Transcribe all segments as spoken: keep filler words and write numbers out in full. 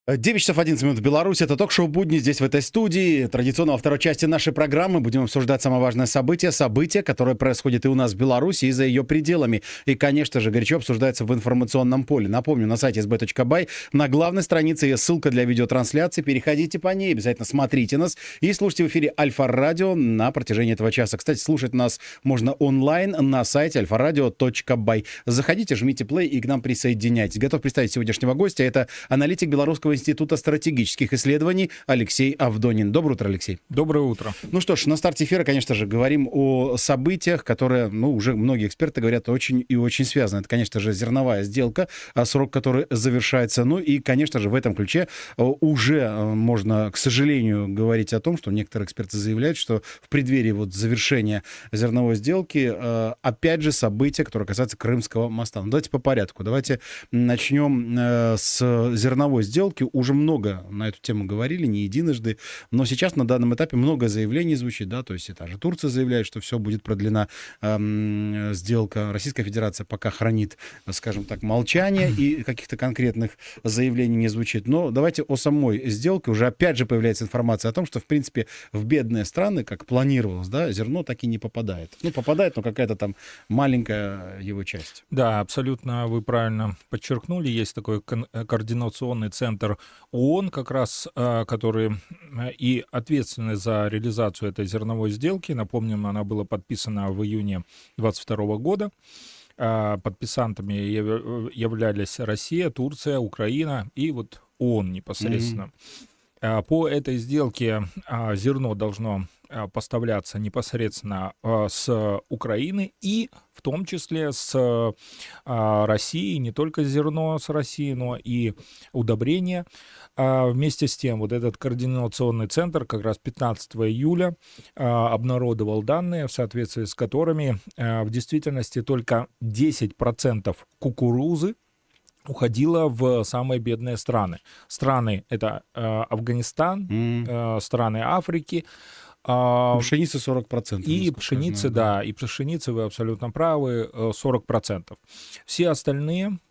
девять часов одиннадцать минут в Беларуси. Это ток-шоу «Будни» здесь, в этой студии. Традиционно во второй части нашей программы будем обсуждать самое важное событие. Событие, которое происходит и у нас в Беларуси, и за ее пределами. И, конечно же, горячо обсуждается в информационном поле. Напомню, на сайте эс бэ точка бай на главной странице есть ссылка для видеотрансляции. Переходите по ней, обязательно смотрите нас. И слушайте в эфире Альфа-Радио на протяжении этого часа. Кстати, слушать нас можно онлайн на сайте альфа радио точка бай. Заходите, жмите плей и к нам присоединяйтесь. Готов представить сегодняшнего гостя. Это аналитик Белорусского института стратегических исследований Алексей Авдонин. Доброе утро, Алексей. Доброе утро. Ну что ж, на старте эфира, конечно же, говорим о событиях, которые, ну, уже многие эксперты говорят, очень и очень связаны. Это, конечно же, зерновая сделка, срок которой завершается. Ну и, конечно же, в этом ключе уже можно, к сожалению, говорить о том, что некоторые эксперты заявляют, что в преддверии вот завершения зерновой сделки, опять же, события, которые касаются Крымского моста. Ну, давайте по порядку. Давайте начнем с зерновой сделки. Уже много на эту тему говорили, не единожды, но сейчас на данном этапе много заявлений звучит, да, то есть и та же Турция заявляет, что все будет продлена эм, сделка. Российская Федерация пока хранит, скажем так, молчание и каких-то конкретных заявлений не звучит. Но давайте о самой сделке. Уже опять же появляется информация о том, что, в принципе, в бедные страны, как планировалось, да, зерно так и не попадает. Ну, попадает, но какая-то там маленькая его часть. Да, абсолютно вы правильно подчеркнули. Есть такой кон- координационный центр ООН, как раз, который и ответственный за реализацию этой зерновой сделки. Напомним, она была подписана в июне двадцать второго года. Подписантами являлись Россия, Турция, Украина и вот ООН непосредственно. Mm-hmm. По этой сделке зерно должно поставляться непосредственно с Украины и в том числе с Россией, не только зерно с Россией, но и удобрения. Вместе с тем, вот этот координационный центр как раз пятнадцатого июля обнародовал данные, в соответствии с которыми в действительности только десять процентов кукурузы уходила в самые бедные страны. Страны — это Афганистан, mm. страны Африки. Пшеницы сорок процентов. И пшеницы, да, и пшеницы, вы абсолютно правы, сорок процентов. Все остальные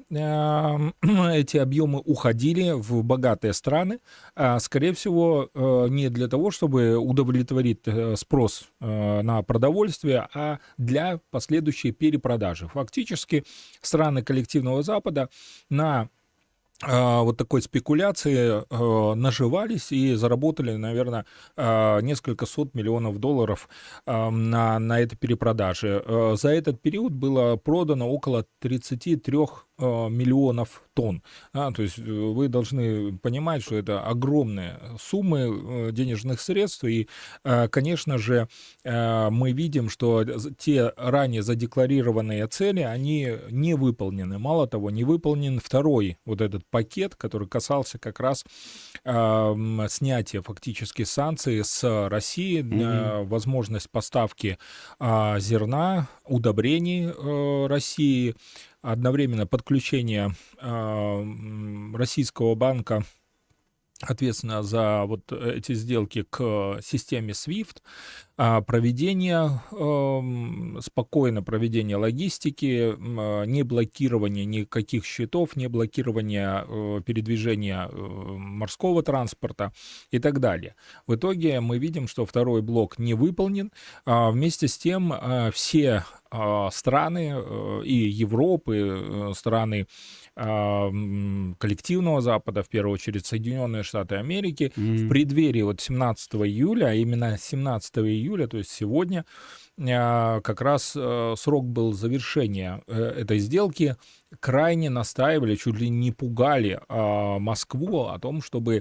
эти объемы уходили в богатые страны, скорее всего, не для того, чтобы удовлетворить спрос на продовольствие, а для последующей перепродажи. Фактически страны коллективного Запада на вот такой спекуляции э, наживались и заработали, наверное, э, несколько сот миллионов долларов э, на, на этой перепродаже. Э, за этот период было продано около тридцать три э, миллионов тонн. А, то есть вы должны понимать, что это огромные суммы э, денежных средств. И, э, конечно же, э, мы видим, что те ранее задекларированные цели, они не выполнены. Мало того, не выполнен второй вот этот пакет, который касался как раз э, снятия фактически санкций с России, mm-hmm. э, возможность поставки э, зерна, удобрений э, России, одновременно подключение э, российского банка, ответственно за вот эти сделки, к системе свифт, проведение, спокойно проведение логистики, не блокирование никаких счетов, не блокирование передвижения морского транспорта и так далее. В итоге мы видим, что второй блок не выполнен. Вместе с тем все страны и Европы, страны коллективного Запада, в первую очередь Соединенные Штаты Америки, mm-hmm. в преддверии вот семнадцатого июля, а именно семнадцатого июля, то есть сегодня, как раз срок был завершения этой сделки, крайне настаивали, чуть ли не пугали Москву о том, чтобы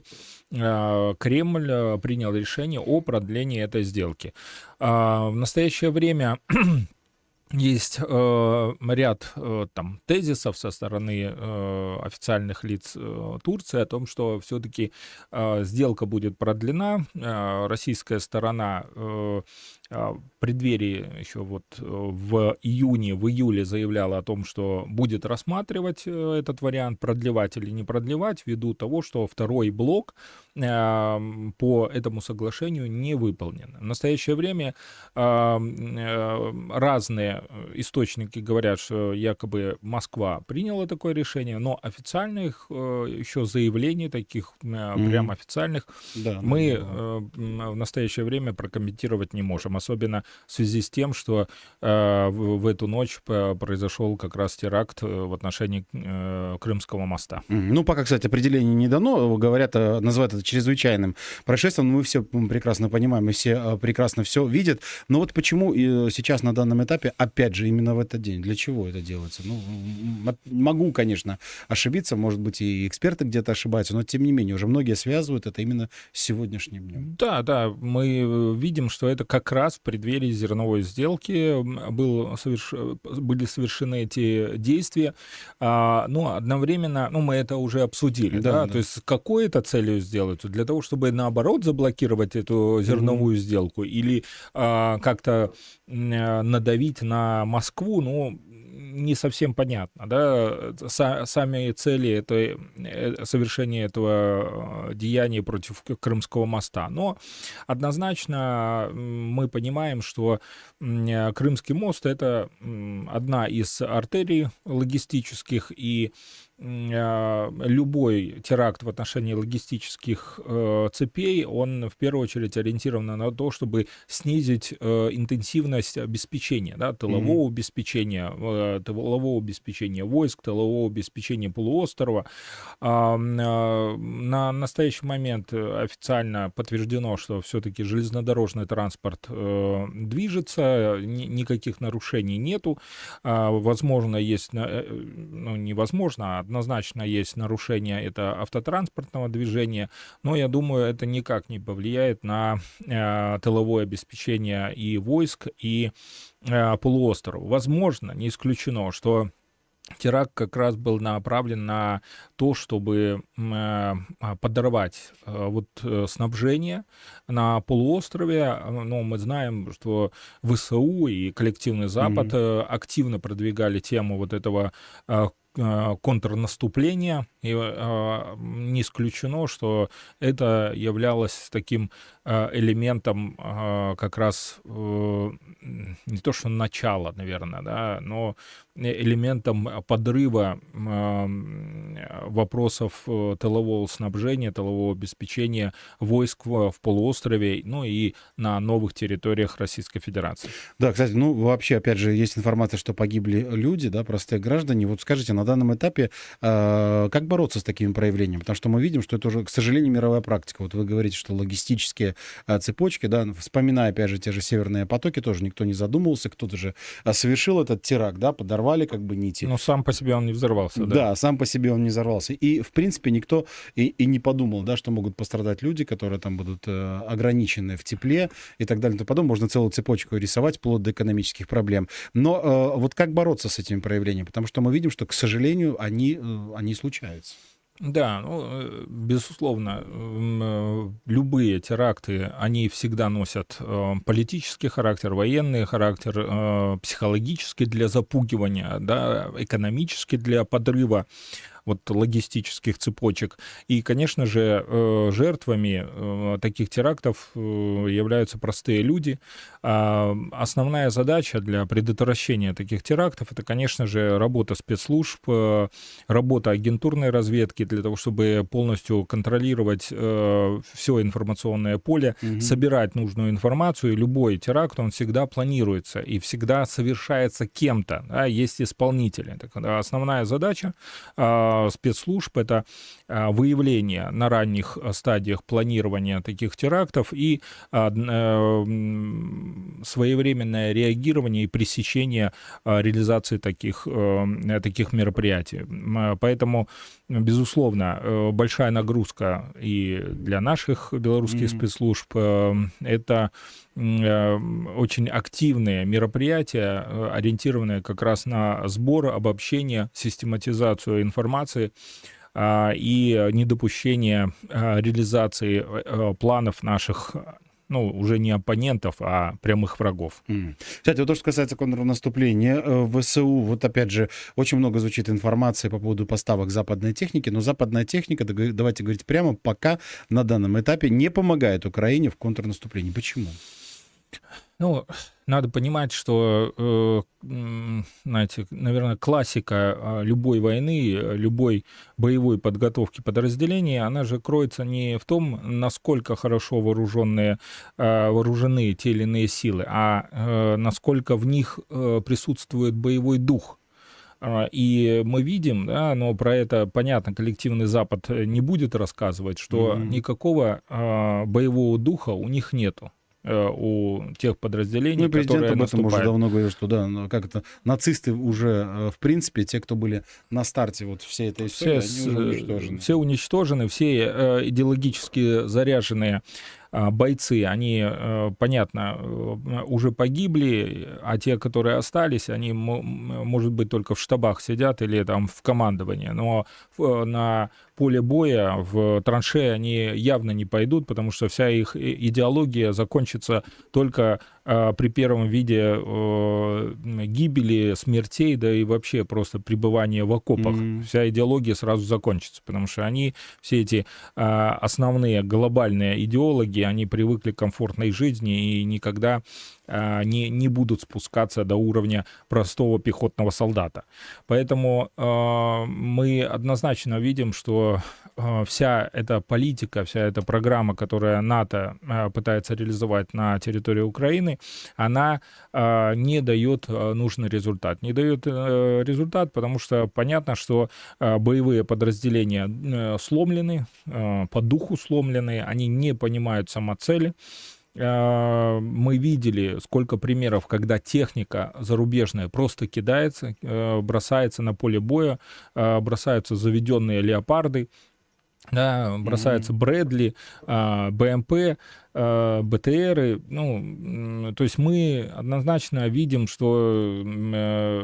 Кремль принял решение о продлении этой сделки. В настоящее время есть э, ряд э, там, тезисов со стороны э, официальных лиц э, Турции о том, что все-таки э, сделка будет продлена. Э, российская сторона э, в преддверии еще вот в июне, в июле заявляла о том, что будет рассматривать этот вариант, продлевать или не продлевать, ввиду того, что второй блок по этому соглашению не выполнен. В настоящее время разные официальные источники говорят, что якобы Москва приняла такое решение, но официальных еще заявлений, таких mm-hmm. прям официальных, да, мы да, да. в настоящее время прокомментировать не можем, особенно в связи с тем, что в эту ночь произошел как раз теракт в отношении Крымского моста. Mm-hmm. Ну, пока, кстати, определение не дано, говорят, называют это чрезвычайным происшествием, мы все прекрасно понимаем, и все прекрасно все видят, но вот почему сейчас на данном этапе, опять же, именно в этот день, для чего это делается? Ну, могу, конечно, ошибиться, может быть, и эксперты где-то ошибаются, но, тем не менее, уже многие связывают это именно с сегодняшним днем. Да, да, мы видим, что это как раз в преддверии зерновой сделки был соверш... были совершены эти действия, а, но одновременно, ну, мы это уже обсудили, да, да? Да. То есть с какой это целью сделать? Для того, чтобы, наоборот, заблокировать эту зерновую mm-hmm. сделку или а, как-то а, надавить на Москву, ну, не совсем понятно, да, сами цели это совершение этого деяния против Крымского моста, но однозначно мы понимаем, что Крымский мост это одна из артерий логистических, и любой теракт в отношении логистических э, цепей, он в первую очередь ориентирован на то, чтобы снизить э, интенсивность обеспечения, да, тылового mm-hmm. обеспечения, э, тылового обеспечения войск, тылового обеспечения полуострова. А, э, на настоящий момент официально подтверждено, что все-таки железнодорожный транспорт э, движется, ни, никаких нарушений нету. А, возможно, есть, ну, невозможно, а однозначно есть нарушение это автотранспортного движения, но я думаю, это никак не повлияет на э, тыловое обеспечение и войск, и э, полуострова. Возможно, не исключено, что теракт как раз был направлен на то, чтобы э, подорвать э, вот, э, снабжение на полуострове. Но мы знаем, что ВСУ и коллективный Запад mm-hmm. э, активно продвигали тему вот этого э, контрнаступления, и э, не исключено, что это являлось таким э, элементом э, как раз э, не то что начала, наверное, да, но элементом подрыва э, вопросов тылового снабжения, тылового обеспечения войск в, в полуострове, ну и на новых территориях Российской Федерации. Да, кстати, ну вообще, опять же, есть информация, что погибли люди, да, простые граждане. Вот скажите, на данном этапе э, как бороться с такими проявлениями? Потому что мы видим, что это уже, к сожалению, мировая практика. Вот вы говорите, что логистические э, цепочки, да, вспоминая, опять же, те же северные потоки, тоже никто не задумывался, кто-то же совершил этот теракт, да, подорвали как бы нити. Но сам по себе он не взорвался, да? Да, сам по себе он не взорвался. И, в принципе, никто и, и не подумал, да, что могут пострадать люди, которые там будут э, ограничены в тепле и так далее. И потом можно целую цепочку рисовать, вплоть до экономических проблем. Но э, вот как бороться с этими проявлениями? Потому что мы видим, что, к сожалению, они, э, они случаются. Да, ну, безусловно, любые теракты, они всегда носят политический характер, военный характер, психологический для запугивания, да, экономический для подрыва вот логистических цепочек. И, конечно же, жертвами таких терактов являются простые люди. Основная задача для предотвращения таких терактов — это, конечно же, работа спецслужб, работа агентурной разведки для того, чтобы полностью контролировать все информационное поле, угу. собирать нужную информацию. И любой теракт, он всегда планируется и всегда совершается кем-то. Да, есть исполнители. Так, основная задача спецслужб — это выявление на ранних стадиях планирования таких терактов и своевременное реагирование и пресечение реализации таких, таких мероприятий. Поэтому, безусловно, большая нагрузка и для наших белорусских mm-hmm. спецслужб. Это очень активные мероприятия, ориентированные как раз на сбор, обобщение, систематизацию информации и недопущение реализации планов наших, ну, уже не оппонентов, а прямых врагов. Mm. Кстати, вот то, что касается контрнаступления ВСУ, вот опять же, очень много звучит информации по поводу поставок западной техники, но западная техника, давайте говорить прямо, пока на данном этапе не помогает Украине в контрнаступлении. Почему? Ну, надо понимать, что, э, м, знаете, наверное, классика а, любой войны, э, любой боевой подготовки подразделений, она же кроется не в том, насколько хорошо вооруженные, а, вооружены те или иные силы, а э, насколько в них э, присутствует боевой дух. А, И мы видим, да, но про это, понятно, коллективный Запад э, не будет рассказывать, что Мгм. никакого а, боевого духа у них нету, э, у тех Ну подразделений, и президент которые об этом уже наступают. давно говорил, что да, ну, как это, нацисты уже, э, в принципе, те, кто были на старте вот всей этой истории, Все, они с- уже э, уничтожены. все уничтожены, все э, идеологически заряженные а, бойцы, они, э, понятно, э, уже погибли, а те, которые остались, они, мо- м, может быть, только в штабах сидят или там в командовании, но в- на поле боя, в траншеи они явно не пойдут, потому что вся их и- идеология закончится только а, при первом виде э, гибели, смертей, да и вообще просто пребывания в окопах. М. Вся идеология сразу закончится, потому что они, все эти а, основные глобальные идеологи, они привыкли к комфортной жизни и никогда а, не, не будут спускаться до уровня простого пехотного солдата. Поэтому а, мы однозначно видим, что а, вся эта политика, вся эта программа, которая НАТО а, пытается реализовать на территории Украины, она а, не дает а, нужный результат. Не дает э, результат, потому что понятно, что а, боевые подразделения э, сломлены, э, по духу сломлены, они не понимают самоцели. А, Мы видели, сколько примеров, когда техника зарубежная просто кидается, э, бросается на поле боя, а, бросаются заведенные леопарды, да, Мгм. бросаются Брэдли, а, БМП, а, БТРы. Ну, м, то есть мы однозначно видим, что м, э,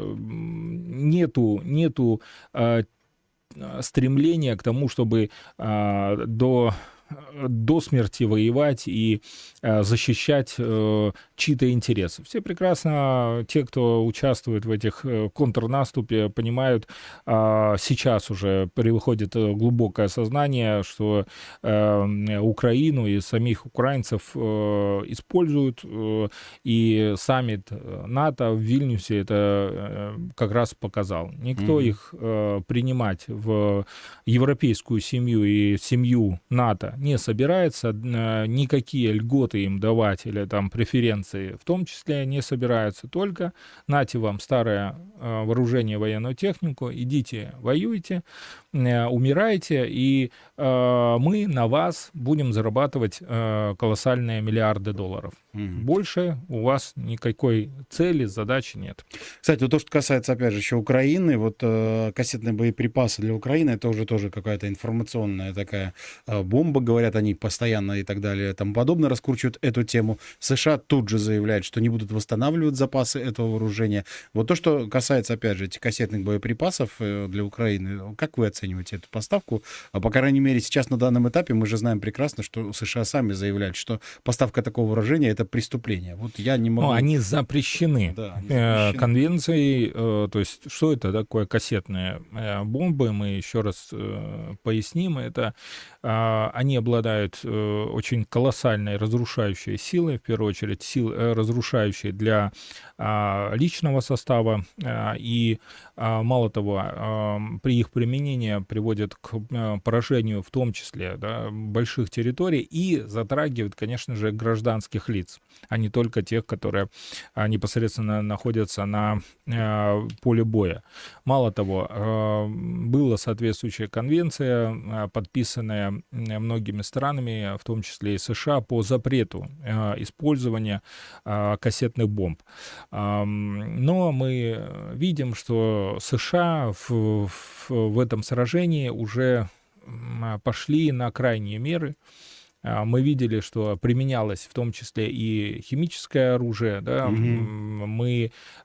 м, нету, нету а, а, стремления к тому, чтобы а, до э, до смерти воевать и а, защищать э, чьи-то интересы. Все прекрасно, те, кто участвует в этих э, контрнаступе, понимают, а, сейчас уже приходит э, глубокое осознание, что э, Украину и самих украинцев э, используют, э, и саммит э, НАТО в Вильнюсе это э, как раз показал. Никто Мгм. их э, принимать в европейскую семью и семью НАТО не собирается, э, никакие льготы им давать или там преференции в том числе не собираются, только нате вам старое э, вооружение, военную технику, идите воюйте, э, умирайте, и э, мы на вас будем зарабатывать э, колоссальные миллиарды долларов. Мгм. Больше у вас никакой цели, задачи нет. Кстати, вот то, что касается, опять же, еще Украины, вот э, кассетные боеприпасы для Украины, это уже тоже какая-то информационная такая э, бомба, говорят они постоянно и так далее, и тому подобное, раскручивают эту тему. США тут же заявляют, что не будут восстанавливать запасы этого вооружения. Вот то, что касается, опять же, этих кассетных боеприпасов э, для Украины, как вы оцениваете эту поставку? А, по крайней мере, сейчас на данном этапе мы же знаем прекрасно, что США сами заявляют, что поставка такого вооружения — это преступление. Вот я не Ну, могу... они запрещены Да, они э, запрещены. конвенцией. э, То есть, что это такое кассетные э, бомбы? Мы еще раз э, поясним. Это а, они обладают э, очень колоссальной разрушающей силой, в первую очередь сил э, разрушающей для а, личного состава, а, и а, мало того, а, при их применении приводят к э, поражению в том числе, да, больших территорий и затрагивают, конечно же, гражданских лиц, а не только тех, которые а, непосредственно находятся на э, поле боя. Мало того, э, была соответствующая конвенция, э, подписанная э, многими странами, в том числе и США, по запрету э, использования э, кассетных бомб. Ам, Но мы видим, что США в, в, в этом сражении уже м, пошли на крайние меры. А, Мы видели, что применялось в том числе и химическое оружие. Да? Мгм. М, Мы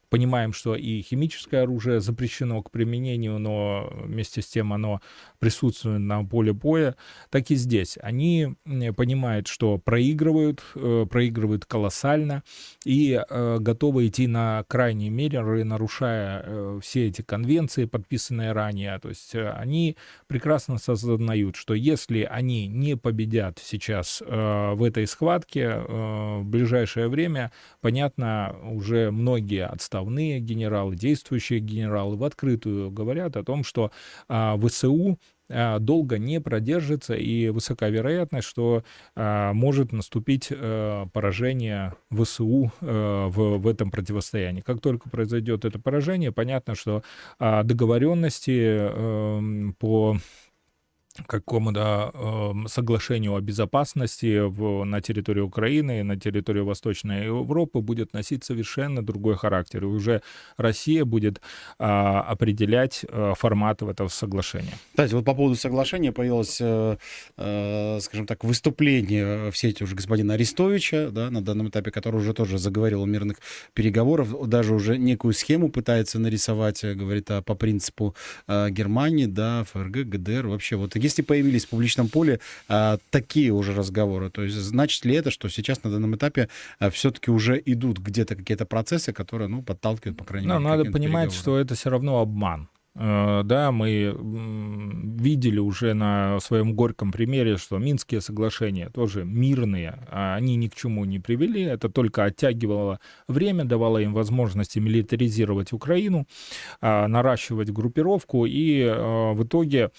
понимаем, что и химическое оружие запрещено к применению, но вместе с тем оно присутствует на поле боя, так и здесь. Они понимают, что проигрывают, проигрывают колоссально и готовы идти на крайние меры, нарушая все эти конвенции, подписанные ранее. То есть они прекрасно осознают, что если они не победят сейчас в этой схватке, в ближайшее время, понятно, уже многие отставные генералы, действующие генералы в открытую говорят о том, что а, ВСУ а, долго не продержится, и высока вероятность, что а, может наступить а, поражение ВСУ а, в, в этом противостоянии. Как только произойдет это поражение, понятно, что а, договоренности а, по какому-то э, соглашению о безопасности в, на территории Украины, на территории Восточной Европы будет носить совершенно другой характер. И уже Россия будет э, определять э, формат этого соглашения. Кстати, вот по поводу соглашения появилось, э, э, скажем так, выступление в сети уже господина Арестовича, да, на данном этапе, который уже тоже заговорил о мирных переговорах, даже уже некую схему пытается нарисовать, говорит, а, по принципу э, Германии, да, ФРГ, ГДР, вообще вот если появились в публичном поле а, такие уже разговоры, то есть значит ли это, что сейчас на данном этапе а, все-таки уже идут где-то какие-то процессы, которые, ну, подталкивают, по крайней Но мере, надо понимать, что это все равно обман. Да, мы видели уже на своем горьком примере, что Минские соглашения тоже мирные, они ни к чему не привели, это только оттягивало время, давало им возможности милитаризировать Украину, наращивать группировку, и в итоге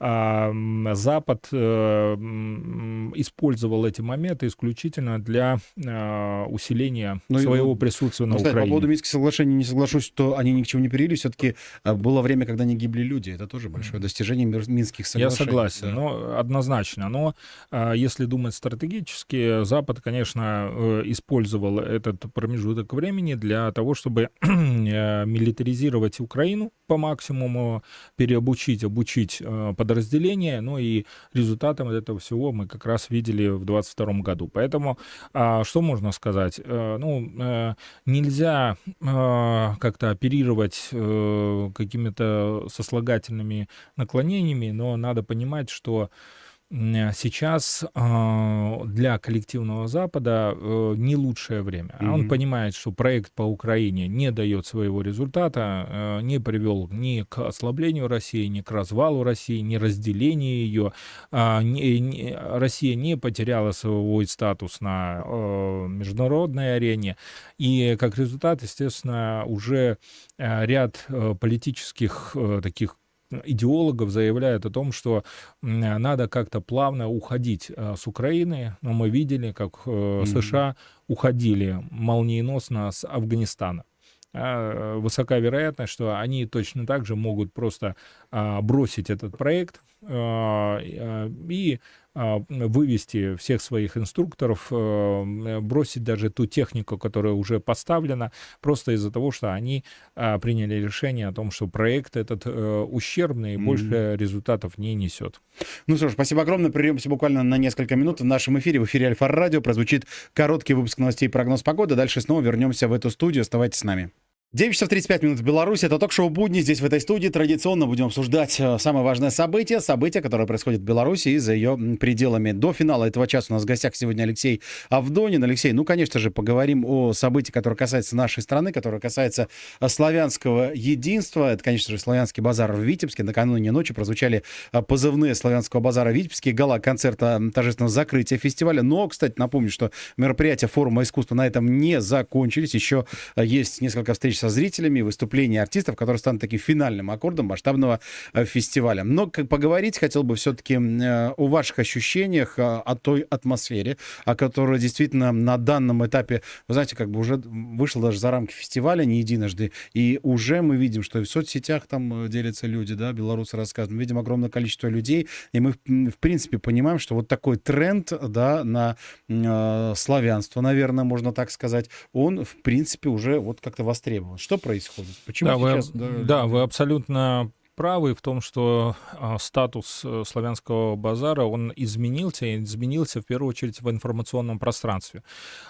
Запад использовал эти моменты исключительно для усиления ну, своего и, присутствия ну, на кстати, Украине. По поводу Минских соглашений не соглашусь, что они ни к чему не привели, все-таки было время, когда не гибли люди. Это тоже большое достижение Минских соглашений. Я согласен, да. но однозначно. Но а, если думать стратегически, Запад, конечно, использовал этот промежуток времени для того, чтобы милитаризировать Украину по максимуму, переобучить, обучить подразделения. Ну и результатом этого всего мы как раз видели в двадцать втором году. Поэтому а, что можно сказать? А, ну, нельзя а, как-то оперировать а, какими-то сослагательными наклонениями, но надо понимать, что сейчас для коллективного Запада не лучшее время. Mm-hmm. Он понимает, что проект по Украине не дает своего результата, не привел ни к ослаблению России, ни к развалу России, ни разделению ее. Россия не потеряла свой статус на международной арене. И как результат, естественно, уже ряд политических таких идеологов заявляют о том, что надо как-то плавно уходить с Украины. Но мы видели, как mm-hmm. США уходили молниеносно с Афганистана. Высока вероятность, что они точно так же могут просто бросить этот проект и вывести всех своих инструкторов, бросить даже ту технику, которая уже поставлена, просто из-за того, что они приняли решение о том, что проект этот ущербный и mm-hmm. больше результатов не несет. Ну что ж, спасибо огромное. Прервемся буквально на несколько минут. В нашем эфире, в эфире Альфа-радио, прозвучит короткий выпуск новостей и прогноз погоды. Дальше снова вернемся в эту студию. Оставайтесь с нами. девять часов тридцать пять минут в Беларуси. Это ток-шоу «Будни». Здесь, в этой студии, традиционно будем обсуждать самое важное событие. Событие, которое происходит в Беларуси и за ее пределами. До финала этого часа у нас в гостях сегодня Алексей Авдонин. Алексей, ну, конечно же, поговорим о событии, которое касается нашей страны, которое касается славянского единства. Это, конечно же, славянский базар в Витебске. Накануне ночи прозвучали позывные славянского базара в Витебске. Гала-концерта торжественного закрытия фестиваля. Но, кстати, напомню, что мероприятия форума искусства на этом не закончились. Еще есть несколько встреч со зрителями, выступления артистов, которые станут таким финальным аккордом масштабного э, фестиваля. Но как поговорить хотел бы все-таки э, о ваших ощущениях, э, о той атмосфере, о которой действительно на данном этапе, вы знаете, как бы уже вышла даже за рамки фестиваля не единожды, и уже мы видим, что и в соцсетях там делятся люди, да, белорусы рассказывают, мы видим огромное количество людей, и мы, в принципе, понимаем, что вот такой тренд, да, на э, славянство, наверное, можно так сказать, он, в принципе, уже вот как-то востребован. Что происходит? Почему да, сейчас... Вы, да, да, вы абсолютно правы в том, что а, статус э, славянского базара, он изменился, и изменился в первую очередь в информационном пространстве.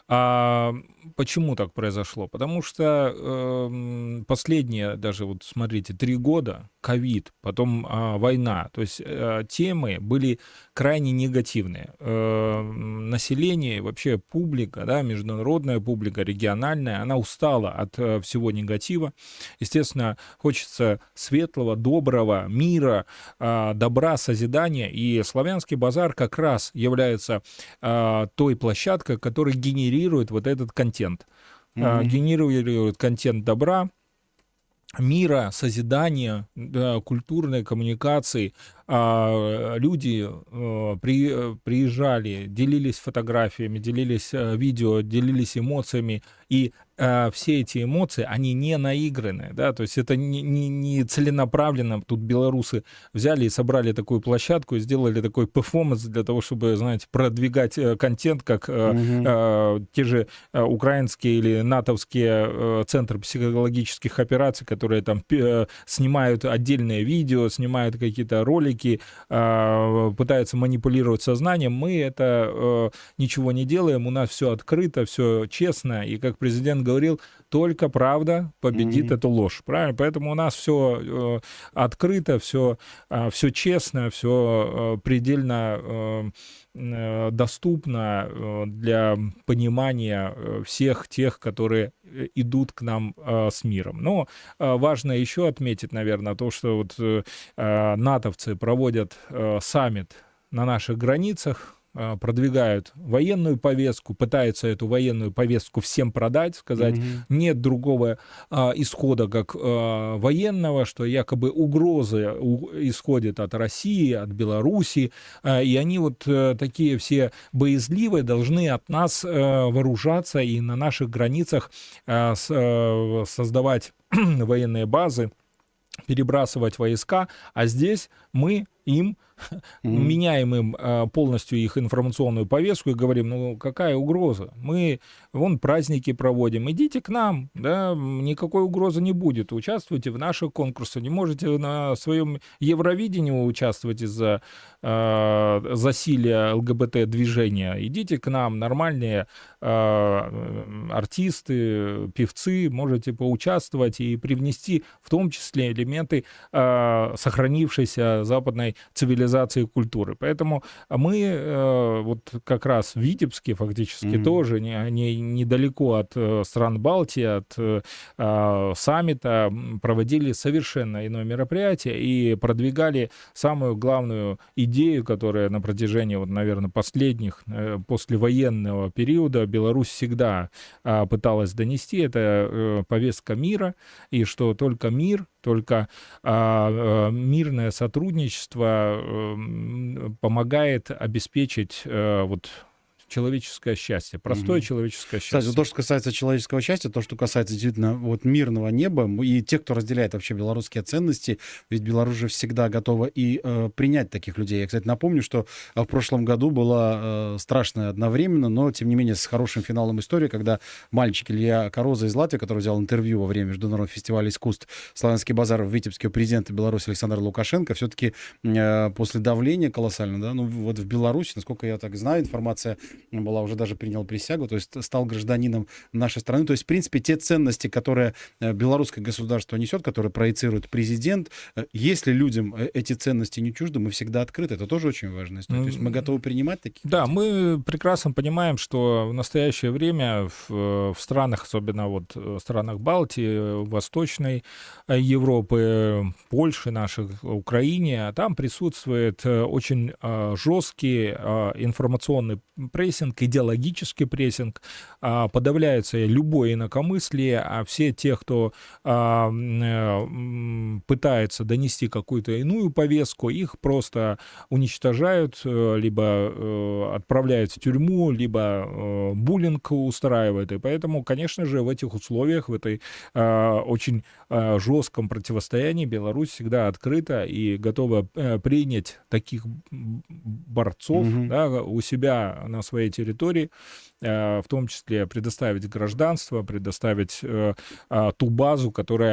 А почему так произошло? Потому что эм, последние, даже вот смотрите, три года, ковид, потом а, война, то есть э, темы были крайне негативные. Э, население, вообще публика, да, международная публика, региональная, она устала от э, всего негатива. Естественно, хочется светлого, доброго мира, э, добра, созидания, и славянский базар как раз является э, той площадкой, которая генерирует вот этот контент. Э, Мгм. генерирует контент добра, мира, созидания, да, культурной коммуникации. А, люди э, при- э, приезжали, делились фотографиями, делились э, видео, делились эмоциями, и э, все эти эмоции, они не наиграны, да, то есть это не, не- не целенаправленно. Тут белорусы взяли и собрали такую площадку и сделали такой перформанс для того, чтобы, знаете, продвигать э, контент, как э, Мгм. э, те же э, украинские или натовские э, центры психологических операций, которые там пи- э, снимают отдельные видео, снимают какие-то ролики, э, пытаются манипулировать сознанием. Мы это э, ничего не делаем, у нас все открыто, все честно, и, как президент говорил, только правда победит Мгм. эту ложь, правильно? Поэтому у нас все открыто, все, все честно, все предельно э, э, доступно э, для понимания э, всех тех, которые э, идут к нам э, с миром. Но э, важно еще отметить, наверное, то, что вот э, э, натовцы проводят э, саммит на наших границах, э, продвигают военную повестку, пытаются эту военную повестку всем продать, сказать, Мгм. нет другого а, исхода, как а, военного, что якобы угрозы у- исходят от России, от Белоруссии, а, и они вот э, такие все боязливые должны от нас э, вооружаться и на наших границах а, с- э, создавать военные базы, перебрасывать войска, а здесь мы им Мгм. меняем им э, полностью их информационную повестку и говорим, ну какая угроза? Мы вон праздники проводим, идите к нам, да, м, никакой угрозы не будет, участвуйте в наших конкурсах, не можете на своем Евровидении участвовать из-за э, засилия ЛГБТ-движения, идите к нам, нормальные э, м, артисты, певцы, можете поучаствовать и привнести в том числе элементы э, сохранившейся западной цивилизации и культуры. Поэтому мы э, вот как раз в Витебске фактически Мгм. тоже не, не- недалеко от э, стран Балтии, от э, а, саммита м, проводили совершенно иное мероприятие и продвигали самую главную идею, которая на протяжении, вот, наверное, последних, э, послевоенного периода Беларусь всегда а, пыталась донести. Это э, повестка мира, и что только мир, только а, э, мирное сотрудничество эм, помогает обеспечить э, вот человеческое счастье, простое Мгм. человеческое Кстати, вот счастье. то, что касается человеческого счастья, то, что касается действительно вот мирного неба, м, и те, кто разделяет вообще белорусские ценности, ведь Беларусь же всегда готова и э, принять таких людей. Я, кстати, напомню, что э, в прошлом году была э, страшная одновременно, но, тем не менее, с хорошим финалом истории, когда мальчик Илья Короза из Латвии, который взял интервью во время Международного фестиваля искусств «Славянский базар» в Витебске у президента Беларуси Александра Лукашенко, все-таки э, после давления колоссального, да, ну вот в Беларуси, насколько я так знаю, информация была, уже даже принял присягу, то есть стал гражданином нашей страны. То есть, в принципе, те ценности, которые э, белорусское государство несет, которые проецирует президент, э, если людям э, эти ценности не чужды, мы всегда открыты. Это тоже очень важная история. То есть мы М, готовы принимать таких Да, людей. мы прекрасно понимаем, что в настоящее время в, э, в странах, особенно вот э, странах Балтии, э, Восточной э, Европы, Польши наших, Украине, там присутствует э, очень э, жесткий э, информационный прессинг, идеологический прессинг, а, подавляется любое инакомыслие, а все те, кто а, м, э, м, пытается донести какую-то иную повестку, их просто уничтожают, э, либо э, отправляют в тюрьму, либо э, буллинг устраивают. И поэтому, конечно же, в этих условиях, в этой э, очень э, жестком противостоянии Беларусь всегда открыта и готова э, принять таких м, борцов, Мгм. да, у себя на своей территории, в том числе предоставить гражданство, предоставить ту базу, которая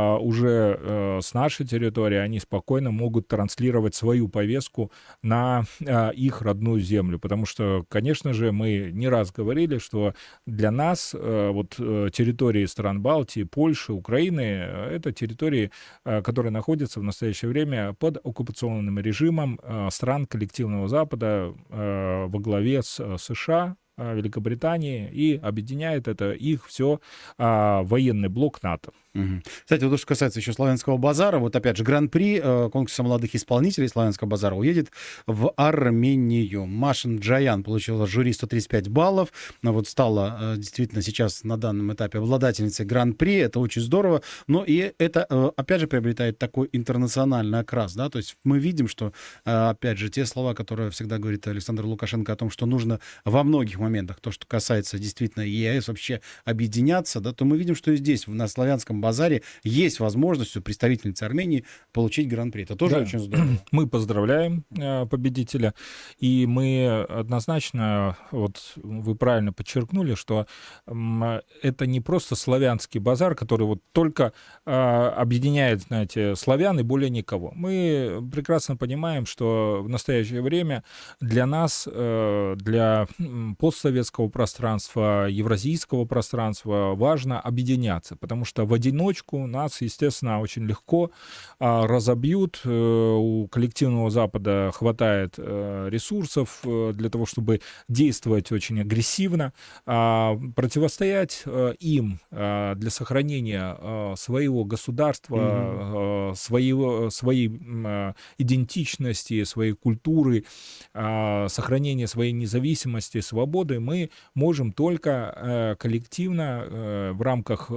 уже с нашей территории, они спокойно могут транслировать свою повестку на их родную землю. Потому что, конечно же, мы не раз говорили, что для нас вот территории стран Балтии, Польши, Украины — это территории, которые находятся в настоящее время под оккупационным режимом стран коллективного Запада во главе с США, Великобритании, и объединяет это их все а, военный блок НАТО. Мгм. Кстати, вот то, что касается еще славянского базара, вот опять же Гран-при э, конкурса молодых исполнителей славянского базара уедет в Армению. Машин Джаян получила жюри сто тридцать пять баллов, но вот стала э, действительно сейчас на данном этапе обладательницей Гран-при, это очень здорово, но и это э, опять же приобретает такой интернациональный окрас, да, то есть мы видим, что э, опять же те слова, которые всегда говорит Александр Лукашенко о том, что нужно во многих моментах, то, что касается действительно ЕАЭС, вообще объединяться, да, то мы видим, что и здесь, на славянском базаре, есть возможность у представительницы Армении получить Гран-при. Это тоже Да. очень здорово. Мы поздравляем э, победителя, и мы однозначно, вот вы правильно подчеркнули, что м, это не просто славянский базар, который вот только э, объединяет, знаете, славян и более никого. Мы прекрасно понимаем, что в настоящее время для нас, э, для м, постсоветского пространства, евразийского пространства важно объединяться, потому что в одиночку нас, естественно, очень легко а, разобьют. У коллективного Запада хватает а, ресурсов а, для того, чтобы действовать очень агрессивно, а, противостоять а, им а, для сохранения а, своего государства, а, своего, своей а, идентичности, своей культуры, а, сохранения своей независимости, свободы мы можем только а, коллективно а, в рамках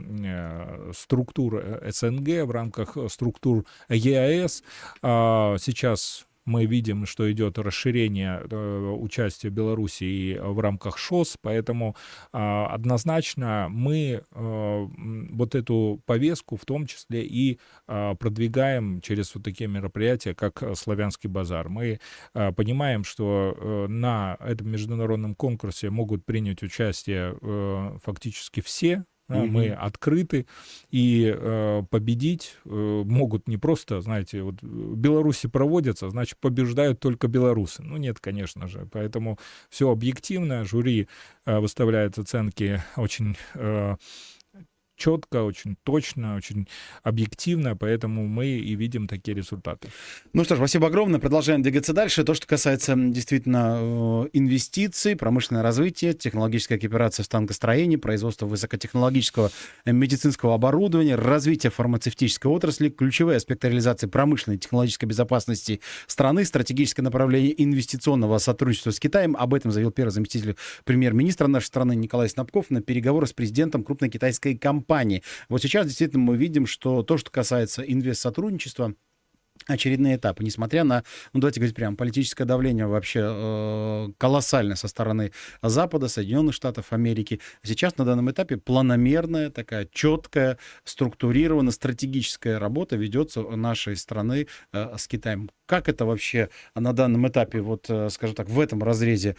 а, структур СНГ, в рамках структур ЕАЭС. Сейчас мы видим, что идет расширение э, участия Белоруссии в рамках ШОС, поэтому э, однозначно мы э, вот эту повестку в том числе и э, продвигаем через вот такие мероприятия, как «Славянский базар». Мы э, понимаем, что э, на этом международном конкурсе могут принять участие э, фактически все. Да, мы открыты, и э, победить э, могут не просто, знаете, вот в Беларуси проводятся, значит, побеждают только белорусы. Ну, нет, конечно же. Поэтому все объективно, жюри э, выставляет оценки очень э, четко, очень точно, очень объективно, поэтому мы и видим такие результаты. Ну что ж, спасибо огромное. Продолжаем двигаться дальше. То, что касается действительно инвестиций, промышленное развитие, технологическая кооперация в станкостроении, производство высокотехнологического медицинского оборудования, развитие фармацевтической отрасли, ключевые аспекты реализации промышленной и технологической безопасности страны, стратегическое направление инвестиционного сотрудничества с Китаем. Об этом заявил первый заместитель премьер-министра нашей страны Николай Снабков на переговорах с президентом крупной китайской компании. Вот сейчас действительно мы видим, что то, что касается инвестсотрудничества, очередные этапы, несмотря на, ну давайте говорить прямо, политическое давление вообще э, колоссальное со стороны Запада, Соединенных Штатов Америки. Сейчас на данном этапе планомерная, такая четкая, структурированная, стратегическая работа ведется нашей страны э, с Китаем. Как это вообще на данном этапе, вот, скажем так, в этом разрезе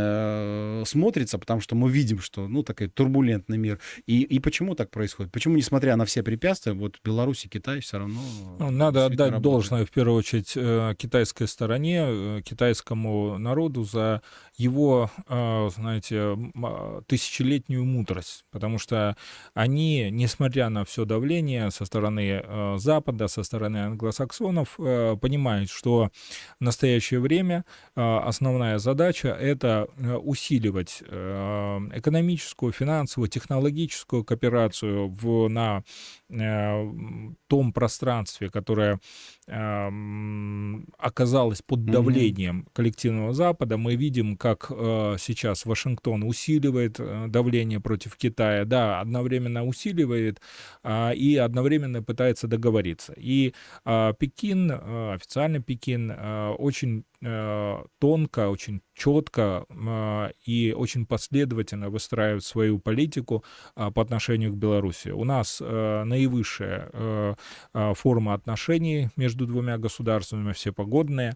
э, смотрится, потому что мы видим, что, ну, такой турбулентный мир. И, и почему так происходит? Почему, несмотря на все препятствия, вот Беларусь и Китай все равно... Ну, надо отдать работают. Должное, в первую очередь, китайской стороне, китайскому народу за его, знаете, тысячелетнюю мудрость, потому что они, несмотря на все давление со стороны Запада, со стороны англосаксонов, понимают, что в настоящее время основная задача — это усиливать экономическую, финансовую, технологическую кооперацию в, на том пространстве, которое оказалось под давлением коллективного Запада. Мы видим, как сейчас Вашингтон усиливает давление против Китая, да, одновременно усиливает и одновременно пытается договориться. И Пекин, официально Пекин, очень тонко, очень четко и очень последовательно выстраивает свою политику по отношению к Беларуси. У нас наивысшая форма отношений между двумя государствами, всепогодные,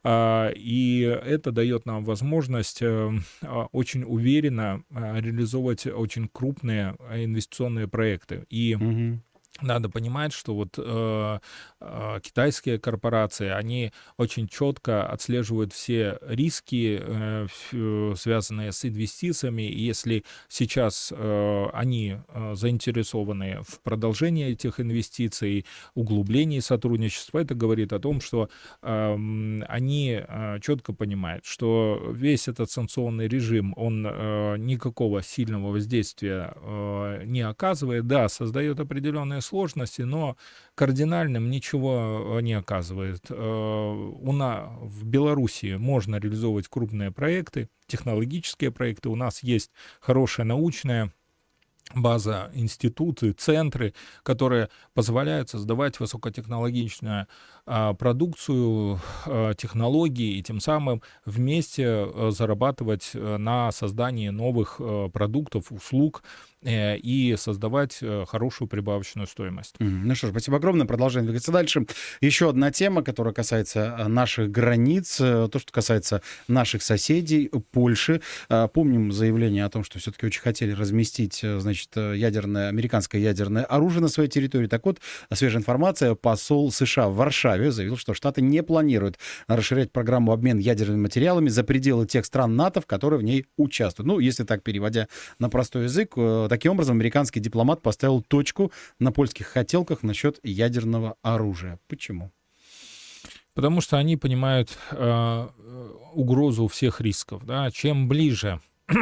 и это дает нам возможность очень уверенно реализовывать очень крупные инвестиционные проекты. И Мгм. надо понимать, что вот э, э, китайские корпорации, они очень четко отслеживают все риски, э, ф- связанные с инвестициями. И если сейчас э, они э, заинтересованы в продолжении этих инвестиций, углублении сотрудничества, это говорит о том, что эм, они э, четко понимают, что весь этот санкционный режим, он э, никакого сильного воздействия э, не оказывает. Да, создает определенные сложности, но кардинальным ничего не оказывает. Э, У нас в Беларуси можно реализовывать крупные проекты, технологические проекты. У нас есть хорошая научная база, институты, центры, которые позволяют создавать высокотехнологичную а, продукцию, а, технологии и тем самым вместе а, зарабатывать а, на создании новых а, продуктов, услуг э, и создавать а, хорошую прибавочную стоимость. Мгм. Ну что ж, спасибо огромное. Продолжаем двигаться дальше. Еще одна тема, которая касается а, наших границ, э, то, что касается наших соседей, э, Польши. А, Помним заявление о том, что все-таки очень хотели разместить, э, значит, э, ядерное, американское ядерное оружие на своей территории. Так вот, свежая информация. Посол США в Варшаве заявил, что Штаты не планируют расширять программу обмена ядерными материалами за пределы тех стран НАТО, которые в ней участвуют. Ну, если так переводя на простой язык, э, таким образом американский дипломат поставил точку на польских хотелках насчет ядерного оружия. Почему? Потому что они понимают э, угрозу всех рисков. Да? Чем ближе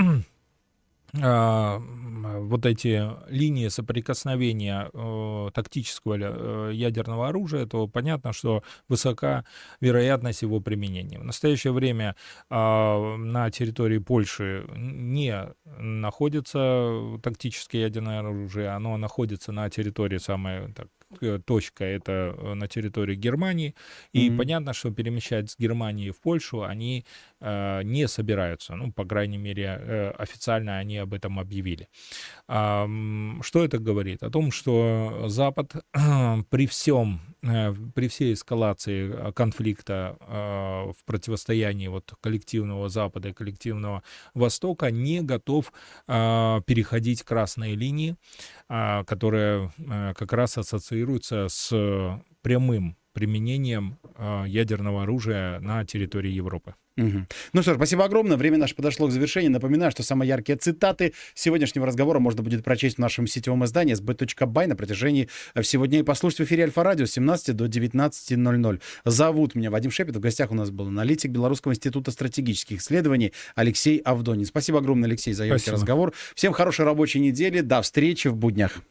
а, вот эти линии соприкосновения э, тактического э, ядерного оружия, то понятно, что высока вероятность его применения. В настоящее время а, на территории Польши не находится тактическое ядерное оружие, оно находится на территории самой так, э, точка, это э, на территории Германии, и Мгм. понятно, что перемещать с Германии в Польшу они э, не собираются, ну, по крайней мере, э, официально они об этом объявили. А, м, Что это говорит? О том, что Запад при всем, э, при всей эскалации э, конфликта э, в противостоянии вот коллективного Запада и коллективного Востока не готов а, переходить красные линии, а, которые э, как раз ассоциируются с прямым применением а, ядерного оружия на территории Европы. Мгм. Ну что ж, спасибо огромное. Время наше подошло к завершению. Напоминаю, что самые яркие цитаты сегодняшнего разговора можно будет прочесть в нашем сетевом издании эс бэ точка бай на протяжении всего дня и послушать в эфире Альфа-радио с семнадцати до девятнадцати ноль-ноль. Зовут меня Вадим Шепет. В гостях у нас был аналитик Белорусского института стратегических исследований Алексей Авдонин. Спасибо огромное, Алексей, за емкий Спасибо. разговор. Всем хорошей рабочей недели. До встречи в буднях.